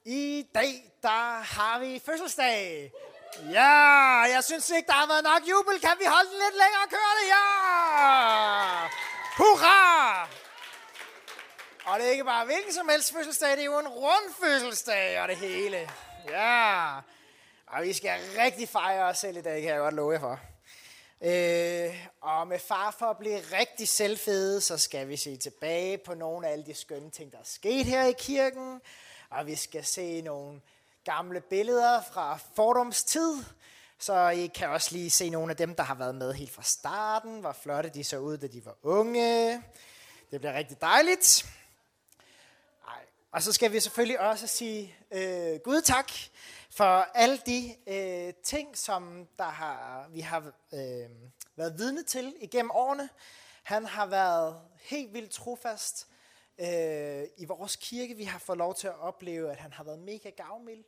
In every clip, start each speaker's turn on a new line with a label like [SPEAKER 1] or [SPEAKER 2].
[SPEAKER 1] I dag, der har vi fødselsdag. Ja, jeg synes ikke, der har været nok jubel. Kan vi holde den lidt længere og køre det? Ja! Hurra! Og det er ikke bare hvilken som helst fødselsdag, det er jo en rund fødselsdag og det hele. Ja, og vi skal rigtig fejre os selv i dag, kan jeg godt love jer for. Og med far for at blive rigtig selvfede, så skal vi se tilbage på nogle af alle de skønne ting, der er sket her i kirken. Og vi skal se nogle gamle billeder fra fordomstid, så I kan også lige se nogle af dem, der har været med helt fra starten, hvor flotte de så ud, da de var unge. Det bliver rigtig dejligt. Og så skal vi selvfølgelig også sige Gud tak for alle de ting, som vi har været vidne til igennem årene. Han har været helt vildt trofast i vores kirke. Vi har fået lov til at opleve, at han har været mega gavmild,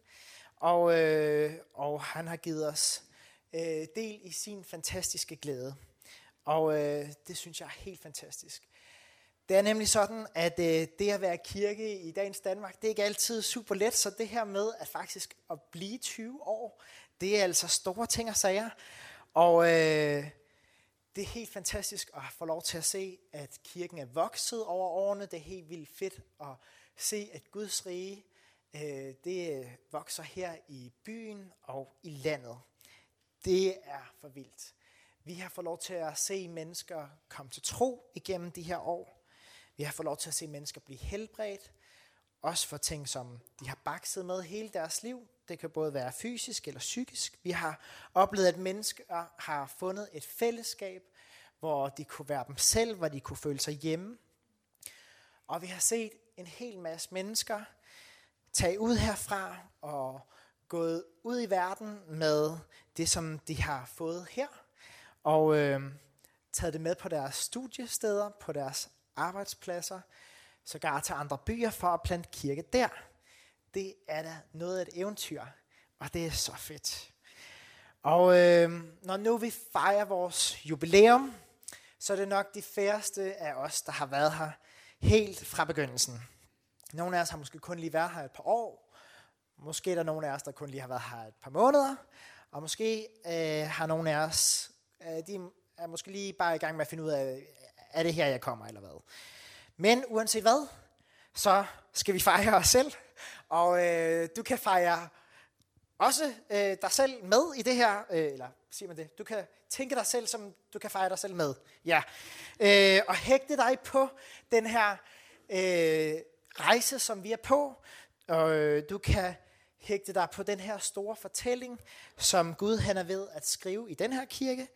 [SPEAKER 1] og han har givet os del i sin fantastiske glæde. Og det synes jeg er helt fantastisk. Det er nemlig sådan, at det at være kirke i dagens Danmark, det er ikke altid super let, så det her med at faktisk at blive 20 år, det er altså store ting og sager. Og det er helt fantastisk at få lov til at se, at kirken er vokset over årene. Det er helt vildt fedt at se, at Guds rige, det vokser her i byen og i landet. Det er for vildt. Vi har fået lov til at se mennesker komme til tro igennem de her år. Vi har fået lov til at se mennesker blive helbredt, også for ting, som de har bakset med hele deres liv. Det kan både være fysisk eller psykisk. Vi har oplevet, at mennesker har fundet et fællesskab, hvor de kunne være dem selv, hvor de kunne føle sig hjemme. Og vi har set en hel masse mennesker tage ud herfra og gået ud i verden med det, som de har fået her. Og taget det med på deres studiesteder, på deres arbejdspladser, sågar til andre byer for at plante kirke der. Det er da noget af et eventyr, og det er så fedt. Og når nu vi fejrer vores jubilæum, så er det nok de færreste af os, der har været her helt fra begyndelsen. Nogle af os har måske kun lige været her et par år. Måske er der nogle af os, der kun lige har været her et par måneder. Og måske har nogle af os, de er måske lige bare i gang med at finde ud af, er det her, jeg kommer, eller hvad. Men uanset hvad, så skal vi fejre os selv. Og du kan fejre også dig selv med i det her, eller siger man det, du kan tænke dig selv, som du kan fejre dig selv med. Ja. Og hægte dig på den her rejse, som vi er på. Og du kan hægte dig på den her store fortælling, som Gud han er ved at skrive i den her kirke.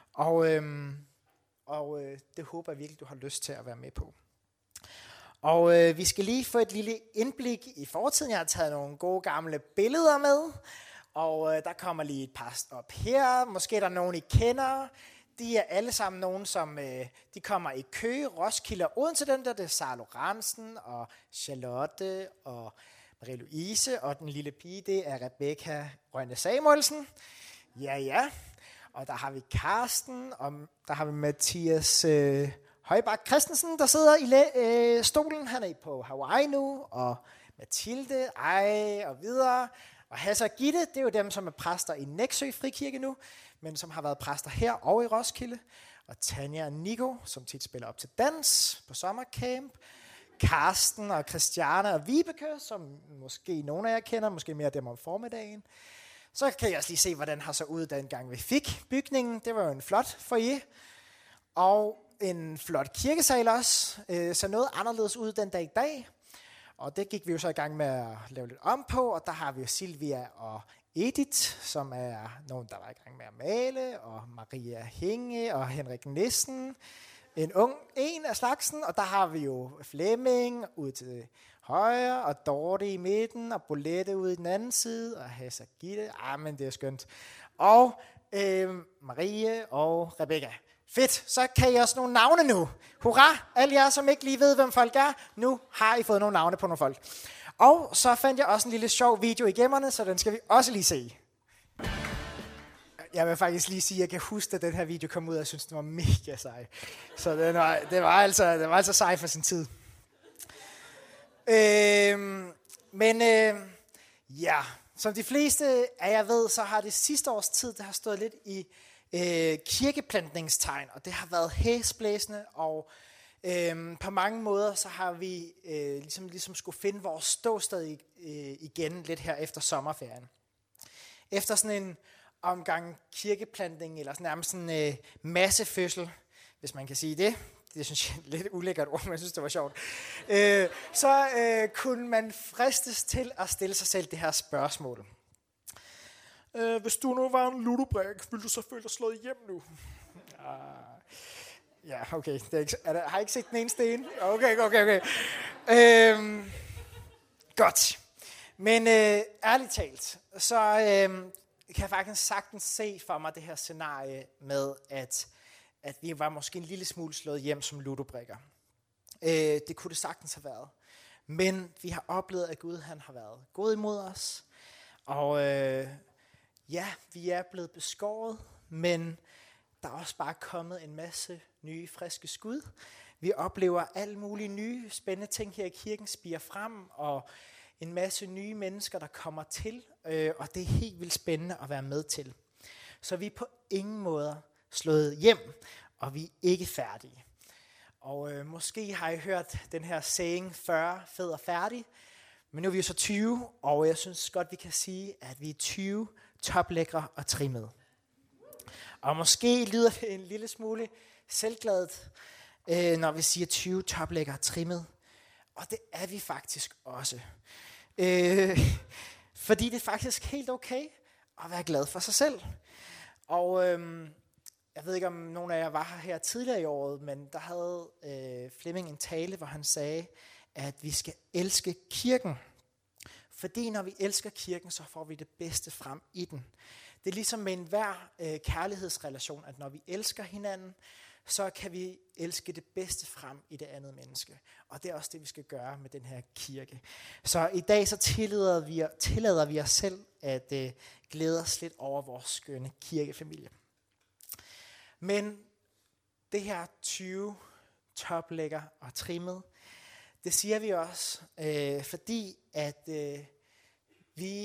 [SPEAKER 1] Og det håber jeg virkelig, du har lyst til at være med på. Og vi skal lige få et lille indblik i fortiden. Jeg har taget nogle gode gamle billeder med. Og der kommer lige et par op her. Måske er der nogen, I kender. De er alle sammen nogen, som de kommer i Køge, Roskilde og Odense. Den der, det er Sara Lorentzen og Charlotte og Marie-Louise. Og den lille pige, det er Rebecca Rønne Samuelsen. Ja. Og der har vi Karsten, og der har vi Mathias Højbak Christensen, der sidder i stolen. Han er på Hawaii nu, og Mathilde, og videre. Og Hasse og Gitte, det er jo dem, som er præster i Nexø Frikirke nu, men som har været præster her og i Roskilde. Og Tanja og Nico, som tit spiller op til dans på sommercamp. Karsten og Christiane og Vibeke, som måske nogle af jer kender, måske mere dem om formiddagen. Så kan jeg også lige se, hvordan det har så ud, dengang vi fik bygningen. Det var jo en flot foyer. Og en flot kirkesal også. Så noget anderledes ud den dag i dag. Og det gik vi jo så i gang med at lave lidt om på. Og der har vi jo Silvia og Edith, som er nogen, der var i gang med at male. Og Maria Hinge og Henrik Nissen. En ung en af slagsen. Og der har vi jo Flemming ud til højre, og Dorte i midten, og Bolette ude i den anden side, og Hasse og Gitte. Men det er skønt. Og Marie og Rebecca. Fedt, så kan I også nogle navne nu. Hurra, alle jer, som ikke lige ved, hvem folk er. Nu har I fået nogle navne på nogle folk. Og så fandt jeg også en lille sjov video i gemmerne, så den skal vi også lige se. Jeg vil faktisk lige sige, at jeg kan huske, at den her video kom ud, og jeg synes, den var mega sej. Så det var altså sej for sin tid. Men Ja, som de fleste af jer ved, så har det sidste års tid, det har stået lidt i kirkeplantningstegn, og det har været hæsblæsende, og på mange måder, så har vi ligesom skulle finde vores ståsted igen lidt her efter sommerferien. Efter sådan en omgang kirkeplantning, eller sådan nærmest sådan en massefødsel, hvis man kan sige det. Det synes jeg er lidt ulækkert ord, men jeg synes, det var sjovt. Så kunne man fristes til at stille sig selv det her spørgsmål. Hvis du nu var en ludobrik, ville du så føle dig slået hjem nu? Ja, okay. Har I ikke set den ene sten? Okay. Godt. Men ærligt talt, så kan jeg faktisk sagtens se for mig det her scenarie med, at vi var måske en lille smule slået hjem som ludobrikker. Det kunne det sagtens have været. Men vi har oplevet, at Gud han har været god imod os. Og vi er blevet beskåret, men der er også bare kommet en masse nye, friske skud. Vi oplever alle mulige nye, spændende ting her i kirken spirer frem, og en masse nye mennesker, der kommer til, og det er helt vildt spændende at være med til. Så vi er på ingen måde slået hjem, og vi er ikke færdige. Og måske har I hørt den her saying 40, fed og færdig, men nu er vi jo så 20, og jeg synes godt, vi kan sige, at vi er 20 toplækre og trimmede. Og måske lyder det en lille smule selvgladet, når vi siger 20 toplækre og trimmet. Og det er vi faktisk også. Fordi det er faktisk helt okay at være glad for sig selv. Og jeg ved ikke, om nogen af jer var her tidligere i året, men der havde Flemming en tale, hvor han sagde, at vi skal elske kirken. Fordi når vi elsker kirken, så får vi det bedste frem i den. Det er ligesom med enhver kærlighedsrelation, at når vi elsker hinanden, så kan vi elske det bedste frem i det andet menneske. Og det er også det, vi skal gøre med den her kirke. Så i dag så tillader vi os selv at glæde os lidt over vores skønne kirkefamilie. Men det her 20 toplækker og trimmet, det siger vi også, fordi at vi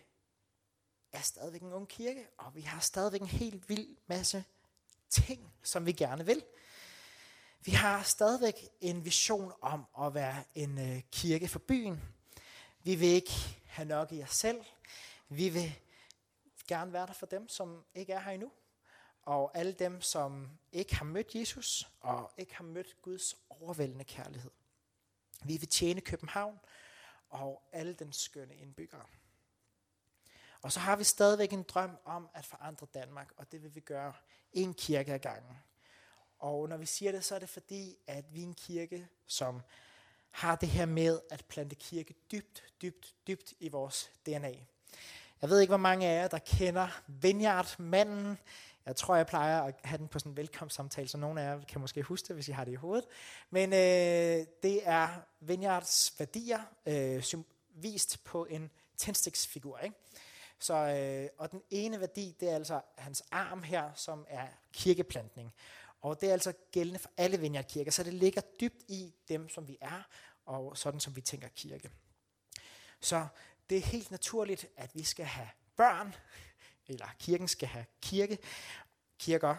[SPEAKER 1] er stadigvæk en ung kirke, og vi har stadigvæk en helt vild masse ting, som vi gerne vil. Vi har stadigvæk en vision om at være en kirke for byen. Vi vil ikke have nok i os selv. Vi vil gerne være der for dem, som ikke er her endnu. Og alle dem, som ikke har mødt Jesus, og ikke har mødt Guds overvældende kærlighed. Vi vil tjene København og alle den skønne indbyggere. Og så har vi stadigvæk en drøm om at forandre Danmark, og det vil vi gøre en kirke ad gangen. Og når vi siger det, så er det fordi, at vi er en kirke, som har det her med at plante kirke dybt i vores DNA. Jeg ved ikke, hvor mange af jer, der kender Vineyard-manden. Jeg tror, jeg plejer at have den på sådan en velkomstsamtale, så nogle af jer kan måske huske det, hvis I har det i hovedet. Men det er Vineyards værdier, vist på en tændstiksfigur, ikke? Så, og den ene værdi, det er altså hans arm her, som er kirkeplantning. Og det er altså gældende for alle Vineyard-kirker, så det ligger dybt i dem, som vi er, og sådan som vi tænker kirke. Så det er helt naturligt, at vi skal have børn, eller kirken skal have kirker.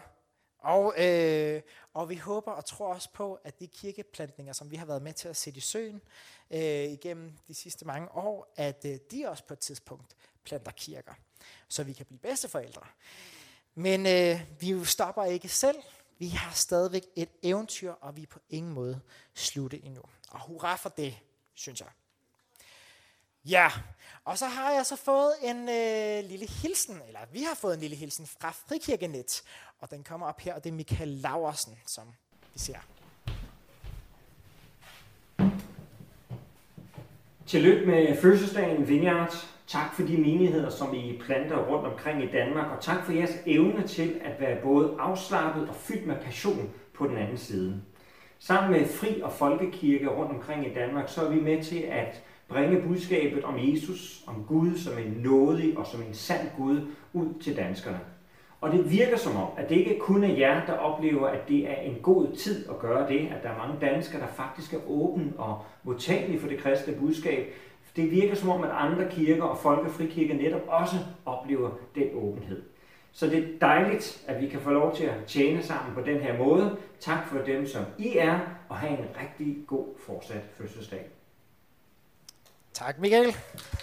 [SPEAKER 1] Og vi håber og tror også på, at de kirkeplantninger, som vi har været med til at sætte i søen igennem de sidste mange år, at de også på et tidspunkt planter kirker, så vi kan blive bedsteforældre. Men vi stopper ikke selv. Vi har stadigvæk et eventyr, og vi er på ingen måde slutte endnu. Og hurra for det, synes jeg. Ja, og så har jeg så fået en lille hilsen, eller vi har fået en lille hilsen fra Frikirkenet, og den kommer op her, og det er Michael Laursen, som vi ser.
[SPEAKER 2] Tillykke med fødselsdagen, Vineyard. Tak for de menigheder, som I planter rundt omkring i Danmark, og tak for jeres evne til at være både afslappet og fyldt med passion på den anden side. Sammen med Fri- og Folkekirke rundt omkring i Danmark, så er vi med til at bringe budskabet om Jesus, om Gud som en nådig og som en sand Gud ud til danskerne. Og det virker som om, at det ikke kun er jer, der oplever, at det er en god tid at gøre det, at der er mange danskere, der faktisk er åbne og modtagelige for det kristne budskab. Det virker som om, at andre kirker og folkefrikirker netop også oplever den åbenhed. Så det er dejligt, at vi kan få lov til at tjene sammen på den her måde. Tak for dem, som I er, og have en rigtig god fortsat fødselsdag.
[SPEAKER 1] Tak, Michael.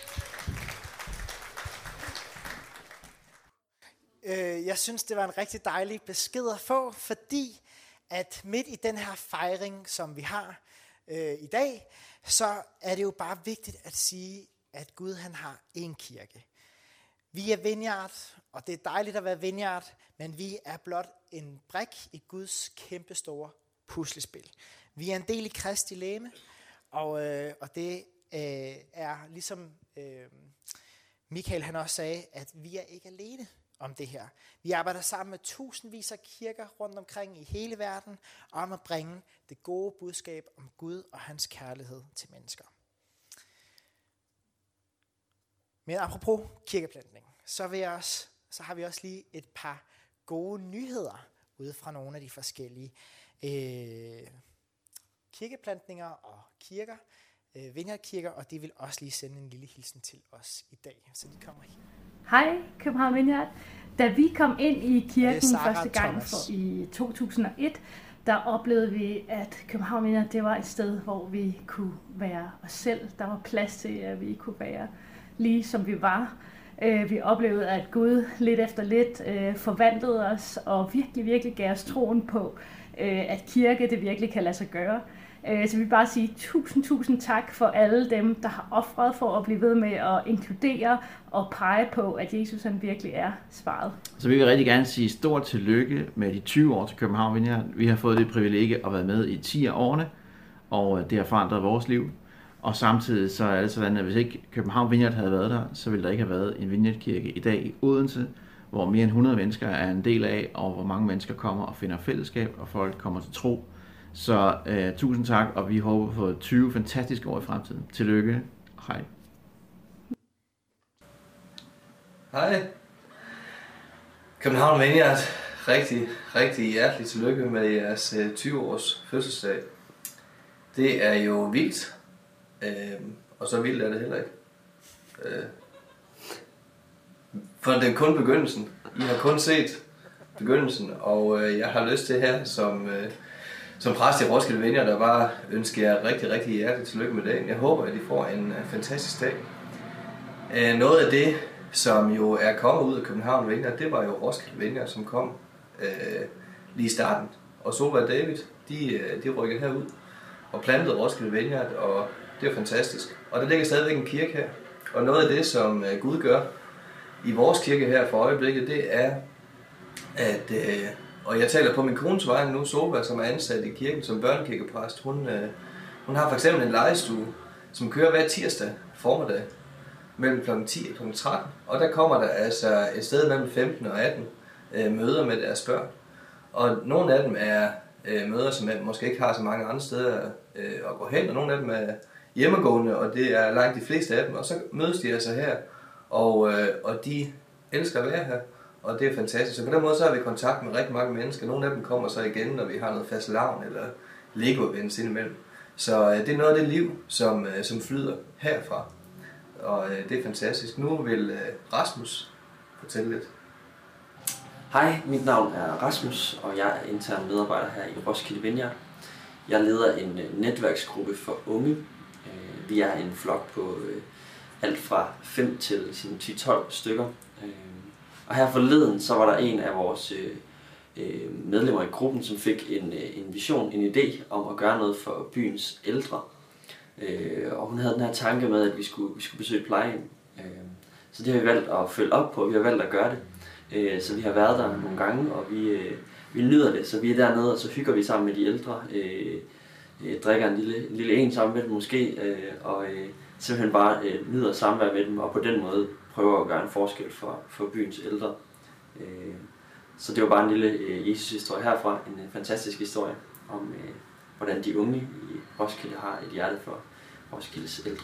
[SPEAKER 1] Jeg synes, det var en rigtig dejlig besked at få, fordi at midt i den her fejring, som vi har i dag, så er det jo bare vigtigt at sige, at Gud han har én kirke. Vi er Vineyard, og det er dejligt at være Vineyard, men vi er blot en brik i Guds kæmpestore puslespil. Vi er en del i Kristi legeme, og det er ligesom Michael han også sagde, at vi er ikke alene om det her. Vi arbejder sammen med tusindvis af kirker rundt omkring i hele verden, om at bringe det gode budskab om Gud og hans kærlighed til mennesker. Men apropos kirkeplantning, så har vi også lige et par gode nyheder ude fra nogle af de forskellige kirkeplantninger og kirker, Vineyard-kirker, og de vil også lige sende en lille hilsen til os i dag, så de kommer her.
[SPEAKER 3] Hej, København Vineyard. Da vi kom ind i kirken første gang i 2001, der oplevede vi, at København Vineyard, det var et sted, hvor vi kunne være os selv. Der var plads til, at vi kunne være lige som vi var. Vi oplevede, at Gud lidt efter lidt forvandlede os og virkelig, virkelig gav os troen på, at kirke det virkelig kan lade sig gøre. Så vi vil bare sige tusind tak for alle dem, der har ofret for at blive ved med at inkludere og pege på, at Jesus han virkelig er svaret.
[SPEAKER 4] Så vi vil rigtig gerne sige stort tillykke med de 20 år til København Vineyard. Vi har fået det privilegie at være med i 10 af årene, og det har forandret vores liv. Og samtidig så er det sådan, at hvis ikke København Vineyard havde været der, så ville der ikke have været en Vineyard-kirke i dag i Odense, hvor mere end 100 mennesker er en del af, og hvor mange mennesker kommer og finder fællesskab, og folk kommer til tro. Så tusind tak, og vi håber på 20 fantastiske år i fremtiden. Tillykke. Hej.
[SPEAKER 5] Hej. København Vineyard. Rigtig hjertelig tillykke med jeres 20-års fødselsdag. Det er jo vildt. Og så vildt er det heller ikke. For det er kun begyndelsen. I har kun set begyndelsen, og jeg har lyst til her som præst i Roskilde Vineyard, der bare ønsker jer rigtig hjertelig tillykke med dagen. Jeg håber, at I får en fantastisk dag. Noget af det, som jo er kommet ud af København Vineyard, det var jo Roskilde Vineyard, som kom lige i starten. Og Solveig og David, de rykkede herud og plantede Roskilde Vineyard, og det er fantastisk. Og der ligger stadigvæk en kirke her. Og noget af det, som Gud gør i vores kirke her for øjeblikket, det er, at og jeg taler på min kones vegne nu, Solveig, som er ansat i kirken som børnekirkepræst. Hun har for eksempel en legestue, som kører hver tirsdag formiddag mellem kl. 10 og kl. 13. Og der kommer der altså et sted mellem 15 og 18 møder med deres børn. Og nogle af dem er møder, som måske ikke har så mange andre steder at gå hen, og nogle af dem er hjemmegående, og det er langt de fleste af dem. Og så mødes de altså her, og de elsker at være her. Og det er fantastisk. Så på den måde så har vi kontakt med rigtig mange mennesker. Nogle af dem kommer så igen, når vi har noget fastelavn eller Lego-events indimellem. Så det er noget af det liv, som flyder herfra. Og det er fantastisk. Nu vil Rasmus fortælle lidt.
[SPEAKER 6] Hej, mit navn er Rasmus, og jeg er intern medarbejder her i Roskilde Vineyard. Jeg leder en netværksgruppe for unge. Vi er en flok på alt fra 5 til 10-12 stykker. Og her forleden, så var der en af vores medlemmer i gruppen, som fik en vision, en idé om at gøre noget for byens ældre. Og hun havde den her tanke med, at vi skulle besøge plejehjem. Så det har vi valgt at følge op på, og vi har valgt at gøre det. Så vi har været der nogle gange, og vi nyder det. Så vi er dernede, og så hygger vi sammen med de ældre. Drikker en lille en sammen med dem måske, og simpelthen bare nyder samvær med dem, og på den måde prøver at gøre en forskel for byens ældre. Så det var bare en lille Jesus-historie herfra, en fantastisk historie om, hvordan de unge i Roskilde har et hjerte for Roskildes ældre.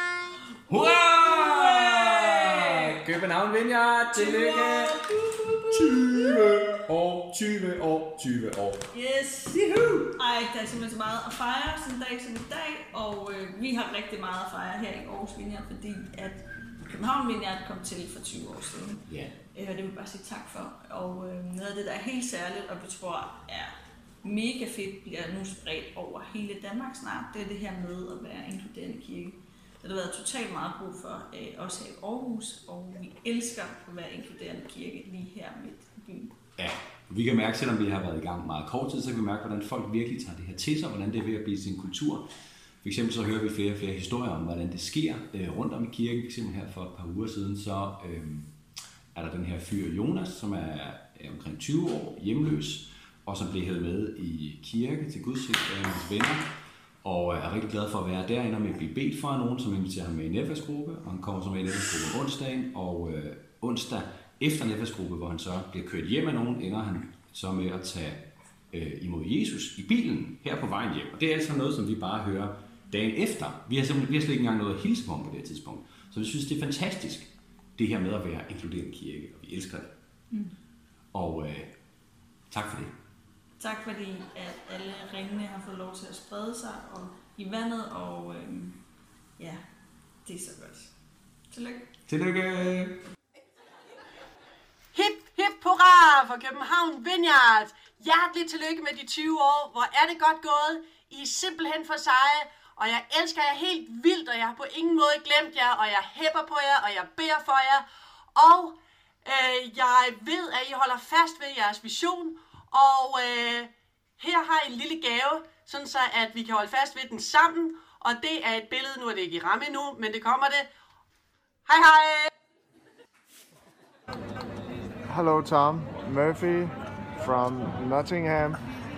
[SPEAKER 7] Hurra! København Vineyard, tillykke! 20 år, 20 år, 20 år.
[SPEAKER 8] Yes! Ej, der er simpelthen så meget at fejre sådan en dag som i dag, og vi har rigtig meget at fejre her i Aarhus Vineyard, fordi at København Vineyard kom til for 20 år siden.
[SPEAKER 7] Ja.
[SPEAKER 8] Og det vil jeg bare sige tak for. Og noget af det, der er helt særligt, og vi tror er mega fedt, bliver nu spredt over hele Danmark snart, det er det her med at være inkluderende kirke. Det har været totalt meget brug for os her i Aarhus, og vi elsker at være inkluderende kirke lige her midt i byen.
[SPEAKER 7] Ja, vi kan mærke, selvom vi har været i gang meget kort tid, så kan vi mærke, hvordan folk virkelig tager det her til sig, hvordan det er ved at blive sin kultur. For eksempel så hører vi flere og flere historier om, hvordan det sker rundt om i kirken. For eksempel her for et par uger siden, så er der den her fyr Jonas, som er omkring 20 år, hjemløs, og som blev hævet med i kirke til gudstjeneste af hans venner, og er rigtig glad for at være derinde og med at blive bedt for nogen, som inviterer ham med i netværksgruppe, og han kommer så med i netværksgruppe onsdagen, og onsdag efter netværksgruppe, hvor han så bliver kørt hjem af nogen, ender han så med at tage imod Jesus i bilen her på vejen hjem. Og det er altså noget, som vi bare hører dagen efter. Vi har slet ikke engang noget at hilse på ham på det her tidspunkt. Så vi synes, det er fantastisk, det her med at være inkluderende kirke, og vi elsker det. Og tak for det.
[SPEAKER 8] Tak fordi, at alle ringene har fået lov til at sprede sig og i vandet, og ja, det er så godt. Tillykke.
[SPEAKER 7] Tillykke.
[SPEAKER 9] Hip, hip, hurra for København Vineyard. Hjerteligt tillykke med de 20 år. Hvor er det godt gået. I er simpelthen for seje, og jeg elsker jer helt vildt, og jeg har på ingen måde glemt jer, og jeg hæpper på jer, og jeg beder for jer. Og jeg ved, at I holder fast ved jeres vision, og her har I en lille gave, sådan så at vi kan holde fast ved den sammen. Og det er et billede, nu er det ikke i ramme endnu, men det kommer det. Hej hej!
[SPEAKER 10] Hello, Tom Murphy from Nottingham.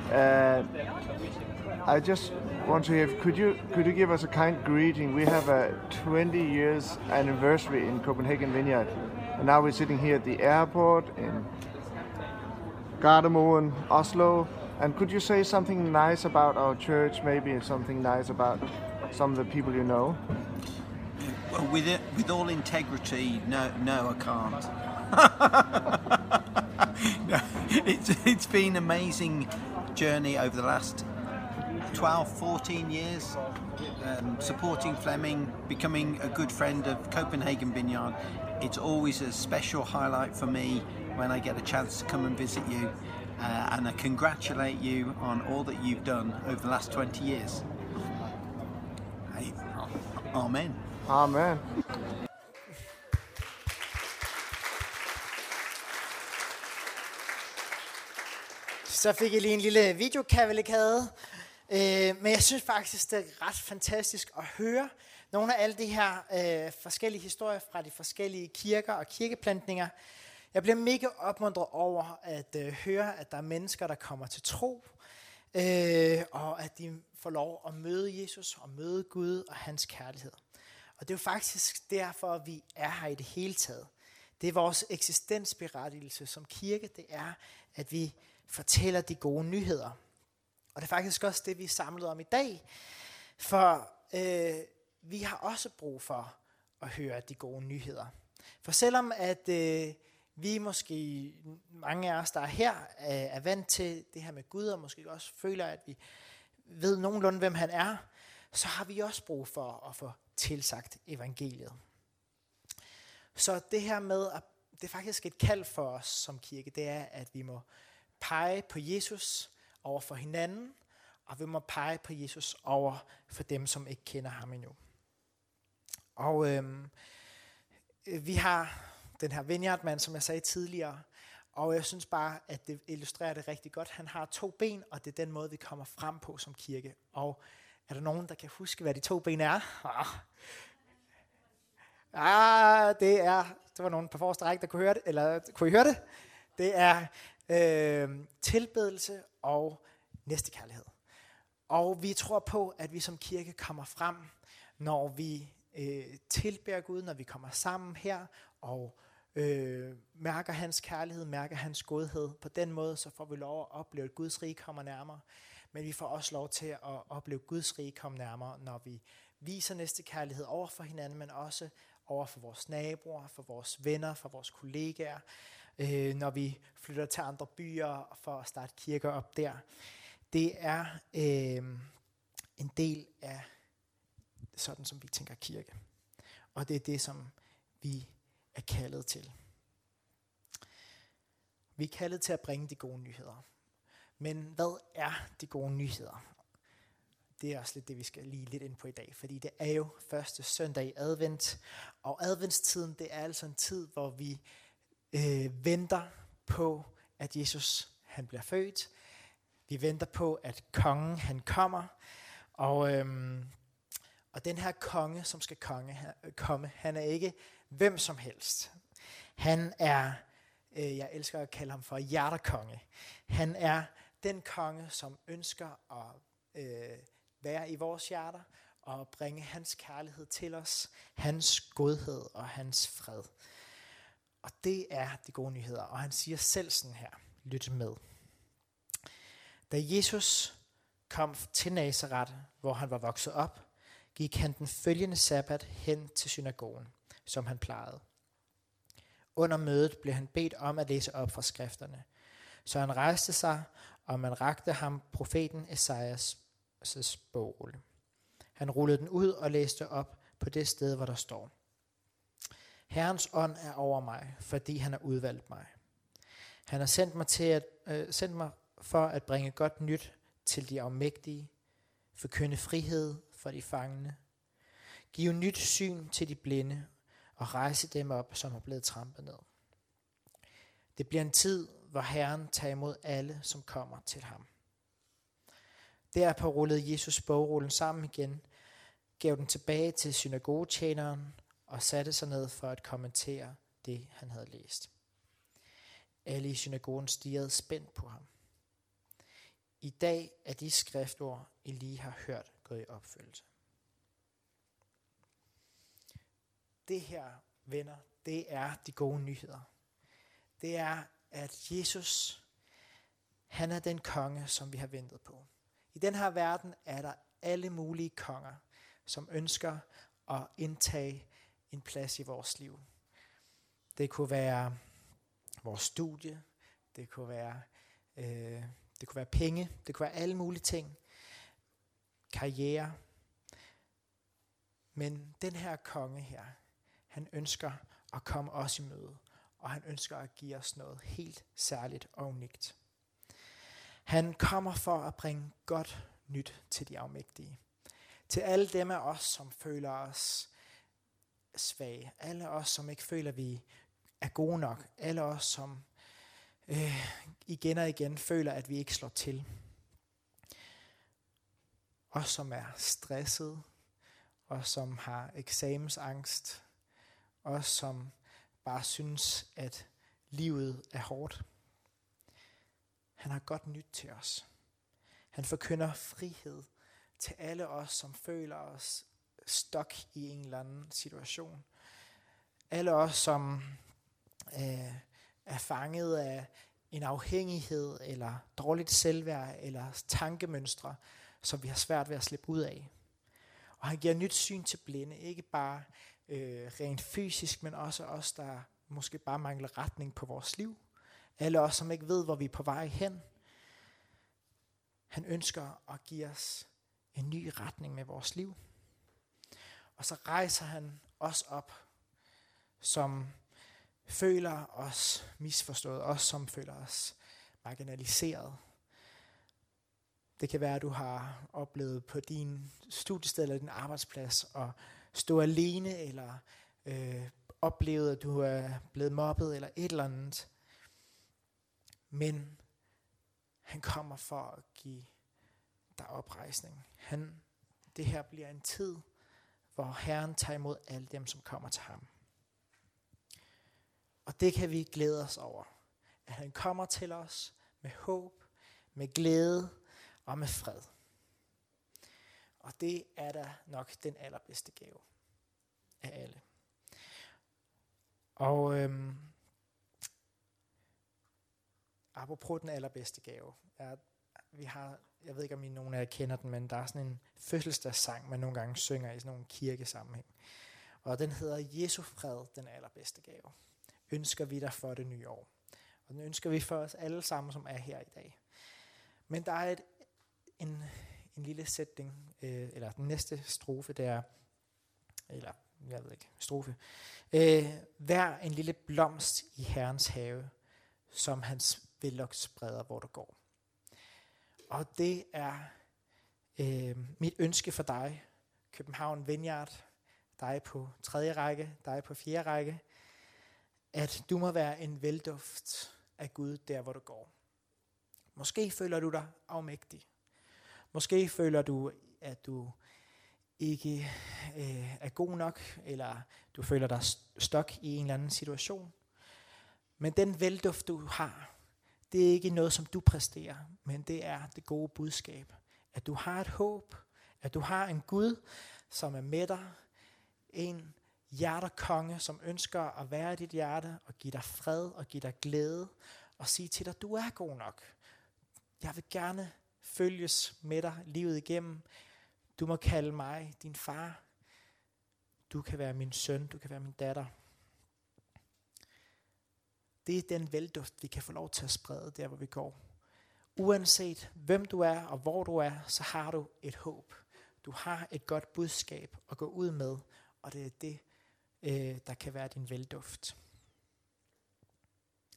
[SPEAKER 10] I just want to hear, could you give us a kind greeting? We have a 20 years anniversary in Copenhagen Vineyard, and now we're sitting here at the airport in Gardermoen, Oslo. And could you say something nice about our church, maybe something nice about some of the people you know?
[SPEAKER 11] Well, with all integrity, no, I can't. No, it's been an amazing journey over the last 12, 14 years, supporting Fleming, becoming a good friend of Copenhagen Vineyard. It's always a special highlight for me when I get a chance to come and visit you, and I congratulate you on all that you've done over the last 20 years. Amen.
[SPEAKER 10] Amen.
[SPEAKER 1] Så fik jeg lige en lille videokavalkade. Men jeg synes faktisk, det er ret fantastisk at høre nogle af alle de her forskellige historier fra de forskellige kirker og kirkeplantninger. Jeg bliver mega opmuntret over at høre, at der er mennesker, der kommer til tro, og at de får lov at møde Jesus og møde Gud og hans kærlighed. Og det er jo faktisk derfor, at vi er her i det hele taget. Det er vores eksistensberettigelse som kirke, det er, at vi fortæller de gode nyheder. Og det er faktisk også det, vi er samlet om i dag. For vi har også brug for at høre de gode nyheder. For selvom at vi måske, mange af os, der er her, er vant til det her med Gud, og måske også føler, at vi ved nogenlunde, hvem han er, så har vi også brug for at få tilsagt evangeliet. Så det her med, at det er faktisk et kald for os som kirke, det er, at vi må pege på Jesus over for hinanden, og vi må pege på Jesus over for dem, som ikke kender ham endnu. Og vi har den her vineyardmand, som jeg sagde tidligere, og jeg synes bare, at det illustrerer det rigtig godt. Han har 2 ben, og det er den måde, vi kommer frem på som kirke. Og er der nogen, der kan huske, hvad de 2 ben er? Det var nogen på forreste række, der kunne høre det, eller kunne I høre det? Det er tilbedelse og næstekærlighed. Og vi tror på, at vi som kirke kommer frem, når vi tilbeder Gud, når vi kommer sammen her og mærker hans kærlighed, mærker hans godhed. På den måde så får vi lov at opleve, at Guds rige kommer nærmere. Men vi får også lov til at opleve Guds rige komme nærmere, når vi viser næstekærlighed over for hinanden, men også over for vores naboer, for vores venner, for vores kollegaer. når vi flytter til andre byer for at starte kirker op der. Det er en del af sådan, som vi tænker kirke. Og det er det, som vi er kaldet til. Vi er kaldet til at bringe de gode nyheder. Men hvad er de gode nyheder? Det er også lidt det, vi skal lige lidt ind på i dag, fordi det er jo første søndag i advent, og adventstiden, det er altså en tid, hvor vi venter på, at Jesus han bliver født. Vi venter på, at kongen han kommer, og den her konge, som skal komme, han er ikke hvem som helst. Han er, jeg elsker at kalde ham for hjerterkonge. Han er den konge, som ønsker at være i vores hjerter og bringe hans kærlighed til os, hans godhed og hans fred. Og det er de gode nyheder, og han siger selv sådan her, lyt med. Da Jesus kom til Nazaret, hvor han var vokset op, gik han den følgende sabbat hen til synagogen, som han plejede. Under mødet blev han bedt om at læse op fra skrifterne. Så han rejste sig, og man rakte ham profeten Esajas bogrulle. Han rullede den ud og læste op på det sted, hvor der står: Herrens ånd er over mig, fordi han har udvalgt mig. Han har sendt mig for at bringe godt nyt til de afmægtige, forkynde frihed for de fangne, give nyt syn til de blinde og rejse dem op, som er blevet trampet ned. Det bliver en tid, hvor Herren tager imod alle, som kommer til ham. Derpå rullede Jesus bogrullen sammen igen, gav den tilbage til synagogetjeneren og satte sig ned for at kommentere det, han havde læst. Alle i synagogen stirrede spændt på ham. I dag er de skriftord, I lige har hørt, gået i opfyldelse. Det her, venner, det er de gode nyheder. Det er, at Jesus, han er den konge, som vi har ventet på. I den her verden er der alle mulige konger, som ønsker at indtage en plads i vores liv. Det kunne være vores studie, det kunne være penge, det kunne være alle mulige ting, karriere. Men den her konge her, han ønsker at komme os i møde, og han ønsker at give os noget helt særligt og unikt. Han kommer for at bringe godt nyt til de afmægtige. Til alle dem af os, som føler os svage. Alle os, som ikke føler, vi er gode nok. Alle os, som igen og igen føler, at vi ikke slår til. Os, som er stresset. Os, som har eksamensangst. Os, som bare synes, at livet er hårdt. Han har godt nyt til os. Han forkynder frihed til alle os, som føler os stok i en eller anden situation. Alle os, som er fanget af en afhængighed, eller dårligt selvværd, eller tankemønstre, som vi har svært ved at slippe ud af. Og han giver nyt syn til blinde, ikke bare rent fysisk, men også os, der måske bare mangler retning på vores liv. Alle os, som ikke ved, hvor vi er på vej hen. Han ønsker at give os en ny retning med vores liv. Og så rejser han os op, som føler os misforstået, os som føler os marginaliseret. Det kan være, at du har oplevet på din studiested eller din arbejdsplads at stå alene, eller oplevet, at du er blevet mobbet, eller et eller andet. Men han kommer for at give dig oprejsning. Det her bliver en tid, hvor Herren tager imod alle dem, som kommer til ham. Og det kan vi glæde os over. At han kommer til os med håb, med glæde og med fred. Og det er da nok den allerbedste gave af alle. Og apropos den allerbedste gave. Jeg ved ikke, om nogen af jer kender den, men der er sådan en fødselsdagssang, man nogle gange synger i sådan nogle kirkesammenhæng. Og den hedder Jesu fred, den allerbedste gave. Ønsker vi dig for det nye år. Og den ønsker vi for os alle sammen, som er her i dag. Men der er en lille sætning, eller den næste strofe, der, eller jeg ved ikke, strofe. Vær en lille blomst i Herrens have, som hans vellok spreder, hvor du går. Og det er mit ønske for dig, København Vineyard, dig på 3. række, dig på 4. række, at du må være en velduft af Gud der, hvor du går. Måske føler du dig afmægtig. Måske føler du, at du ikke er god nok, eller du føler dig stok i en eller anden situation. Men den velduft, du har, det er ikke noget, som du præsterer, men det er det gode budskab. At du har et håb, at du har en Gud, som er med dig, en hjerterkonge, som ønsker at være i dit hjerte, og give dig fred, og give dig glæde, og sige til dig, du er god nok. Jeg vil gerne følges med dig livet igennem. Du må kalde mig din far. Du kan være min søn, du kan være min datter. Det er den velduft, vi kan få lov til at sprede der, hvor vi går. Uanset hvem du er og hvor du er, så har du et håb. Du har et godt budskab at gå ud med, og det er det, der kan være din velduft.